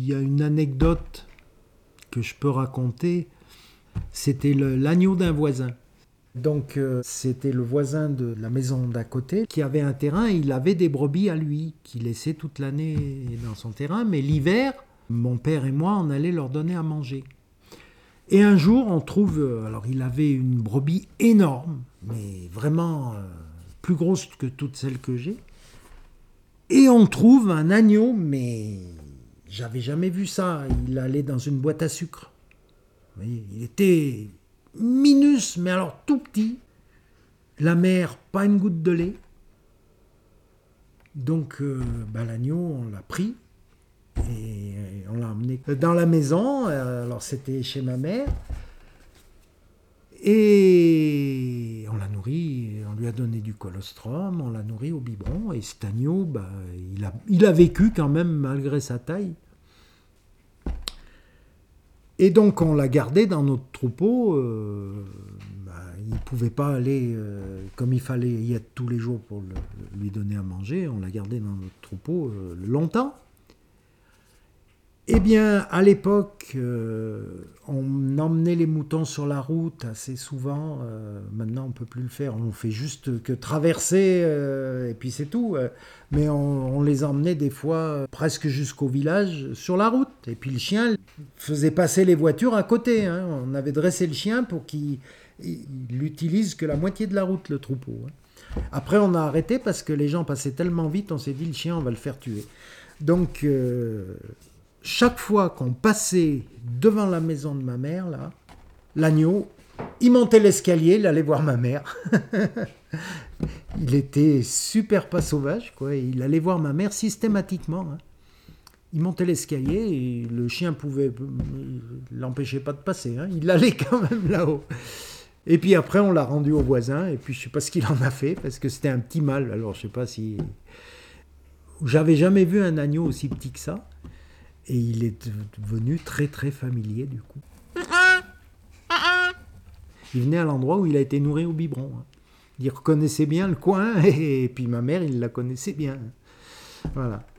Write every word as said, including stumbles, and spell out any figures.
y a une anecdote que je peux raconter. C'était le, l'agneau d'un voisin. Donc euh, c'était le voisin de la maison d'à côté qui avait un terrain et il avait des brebis à lui qu'il laissait toute l'année dans son terrain. Mais l'hiver, mon père et moi, on allait leur donner à manger. Et un jour, on trouve... Alors il avait une brebis énorme, mais vraiment euh, plus grosse que toutes celles que j'ai. Et on trouve un agneau, mais j'avais jamais vu ça. Il allait dans une boîte à sucre. Vous voyez, il était minus, mais alors tout petit. La mère, pas une goutte de lait. Donc euh, bah, l'agneau, on l'a pris et on l'a emmené dans la maison. Alors c'était chez ma mère. Et on l'a nourri, on lui a donné du colostrum, on l'a nourri au biberon. Et cet agneau, bah, il, a, il a vécu quand même malgré sa taille. Et donc on l'a gardé dans notre troupeau. Euh, bah, il ne pouvait pas aller euh, comme il fallait y être tous les jours pour le, lui donner à manger. On l'a gardé dans notre troupeau euh, longtemps. Eh bien, à l'époque, euh, on emmenait les moutons sur la route assez souvent. Euh, maintenant, on ne peut plus le faire. On fait juste que traverser euh, et puis c'est tout. Mais on, on les emmenait des fois presque jusqu'au village sur la route. Et puis le chien faisait passer les voitures à côté. Hein. On avait dressé le chien pour qu'il n'utilise que la moitié de la route, le troupeau. Hein. Après, on a arrêté parce que les gens passaient tellement vite, on s'est dit, le chien, on va le faire tuer. Donc... Euh, Chaque fois qu'on passait devant la maison de ma mère, là, l'agneau, il montait l'escalier, il allait voir ma mère. Il était super pas sauvage, quoi. Il allait voir ma mère systématiquement. Hein. Il montait l'escalier et le chien pouvait l'empêcher pas de passer. Hein. Il allait quand même là-haut. Et puis après, on l'a rendu au voisin. Et puis je sais pas ce qu'il en a fait parce que c'était un petit mâle. Alors je sais pas si j'avais jamais vu un agneau aussi petit que ça. Et il est devenu très très familier du coup. Il venait à l'endroit où il a été nourri au biberon. Hein. Il reconnaissait bien le coin et, et puis ma mère, il la connaissait bien. Voilà.